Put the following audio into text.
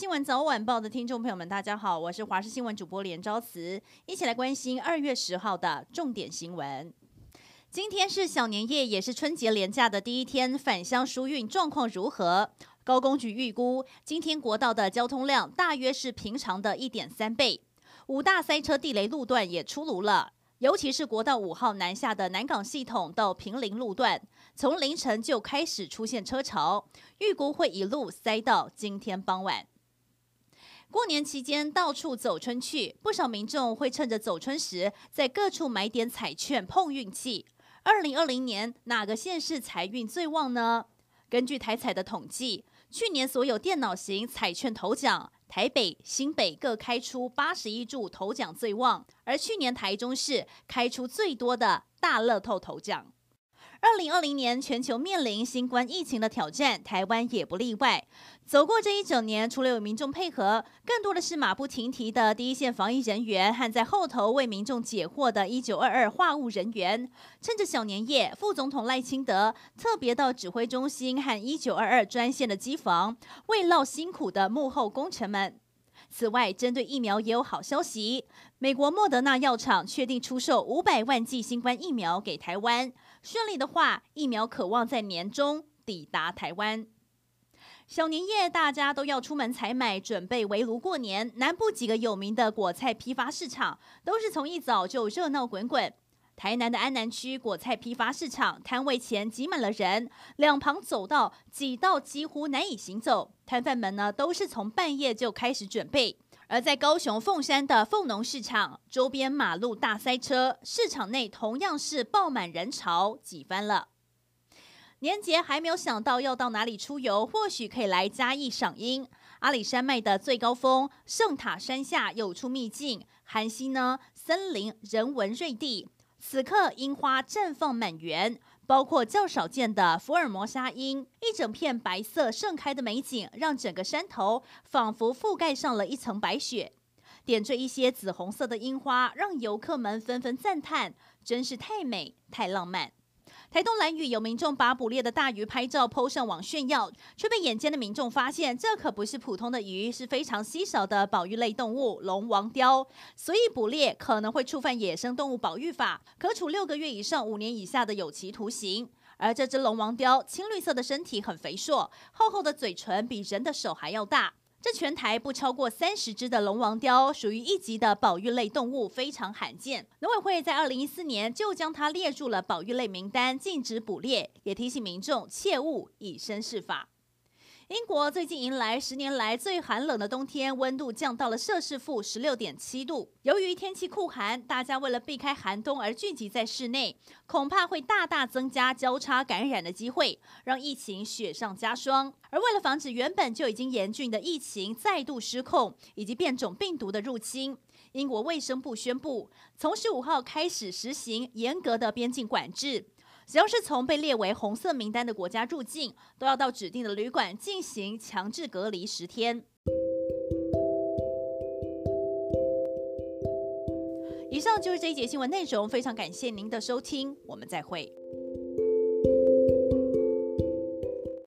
闻早晚报的听众朋友们，大家好，我是华视新闻主播连昭慈，一起来关心2月10号的重点新闻。今天是小年夜，也是春节连假的第一天，返乡疏运状况如何？高工局预估，今天国道的交通量大约是平常的1.3倍，5大塞车地雷路段也出炉了。尤其是国道5号南下的南港系统到坪林路段，从凌晨就开始出现车潮，预估会一路塞到今天傍晚。过年期间到处走春去，不少民众会趁着走春时，在各处买点彩券碰运气。2020年哪个县市财运最旺呢？根据台彩的统计，去年所有电脑型彩券头奖，台北、新北各开出81注头奖最旺，而去年台中市开出最多的大乐透头奖。2020年全球面临新冠疫情的挑战，台湾也不例外。走过这一整年，除了有民众配合，更多的是马不停蹄的第一线防疫人员和在后头为民众解惑的1922话务人员。趁着小年夜，副总统赖清德特别到指挥中心和1922专线的机房，慰劳辛苦的幕后功臣们。此外，针对疫苗也有好消息。美国莫德纳药厂确定出售500万剂新冠疫苗给台湾，顺利的话，疫苗可望在年中抵达台湾。小年夜大家都要出门采买，准备围炉过年。南部几个有名的果菜批发市场都是从一早就热闹滚滚。台南的安南区果菜批发市场摊位前挤满了人，两旁走道挤到几乎难以行走。摊贩们呢都是从半夜就开始准备。而在高雄凤山的凤农市场，周边马路大塞车，市场内同样是爆满人潮，挤翻了。年节还没有想到要到哪里出游，或许可以来嘉义赏樱。阿里山脉的最高峰圣塔山下有处秘境，寒溪呢森林人文瑞地。此刻樱花绽放满园，包括较少见的福尔摩沙樱，一整片白色盛开的美景，让整个山头仿佛覆盖上了一层白雪。点缀一些紫红色的樱花，让游客们纷纷赞叹，真是太美太浪漫。台东兰屿有民众把捕猎的大鱼拍照 po 上网炫耀，却被眼尖的民众发现，这可不是普通的鱼，是非常稀少的保育类动物龙王雕，所以捕猎可能会触犯野生动物保育法，可处6个月以上5年以下的有期徒刑。而这只龙王雕青绿色的身体很肥硕，厚厚的嘴唇比人的手还要大。这全台不超过30只的龙王雕，属于一级的保育类动物，非常罕见。农委会在2014年就将它列入了保育类名单，禁止捕猎，也提醒民众切勿以身试法。英国最近迎来10年来最寒冷的冬天，温度降到了-16.7度。由于天气酷寒，大家为了避开寒冬而聚集在室内，恐怕会大大增加交叉感染的机会，让疫情雪上加霜。而为了防止原本就已经严峻的疫情再度失控，以及变种病毒的入侵，英国卫生部宣布，从15号开始实行严格的边境管制。只要是从被列为红色名单的国家入境，都要到指定的旅馆进行强制隔离10天。以上就是这一节新闻内容，非常感谢您的收听，我们再会。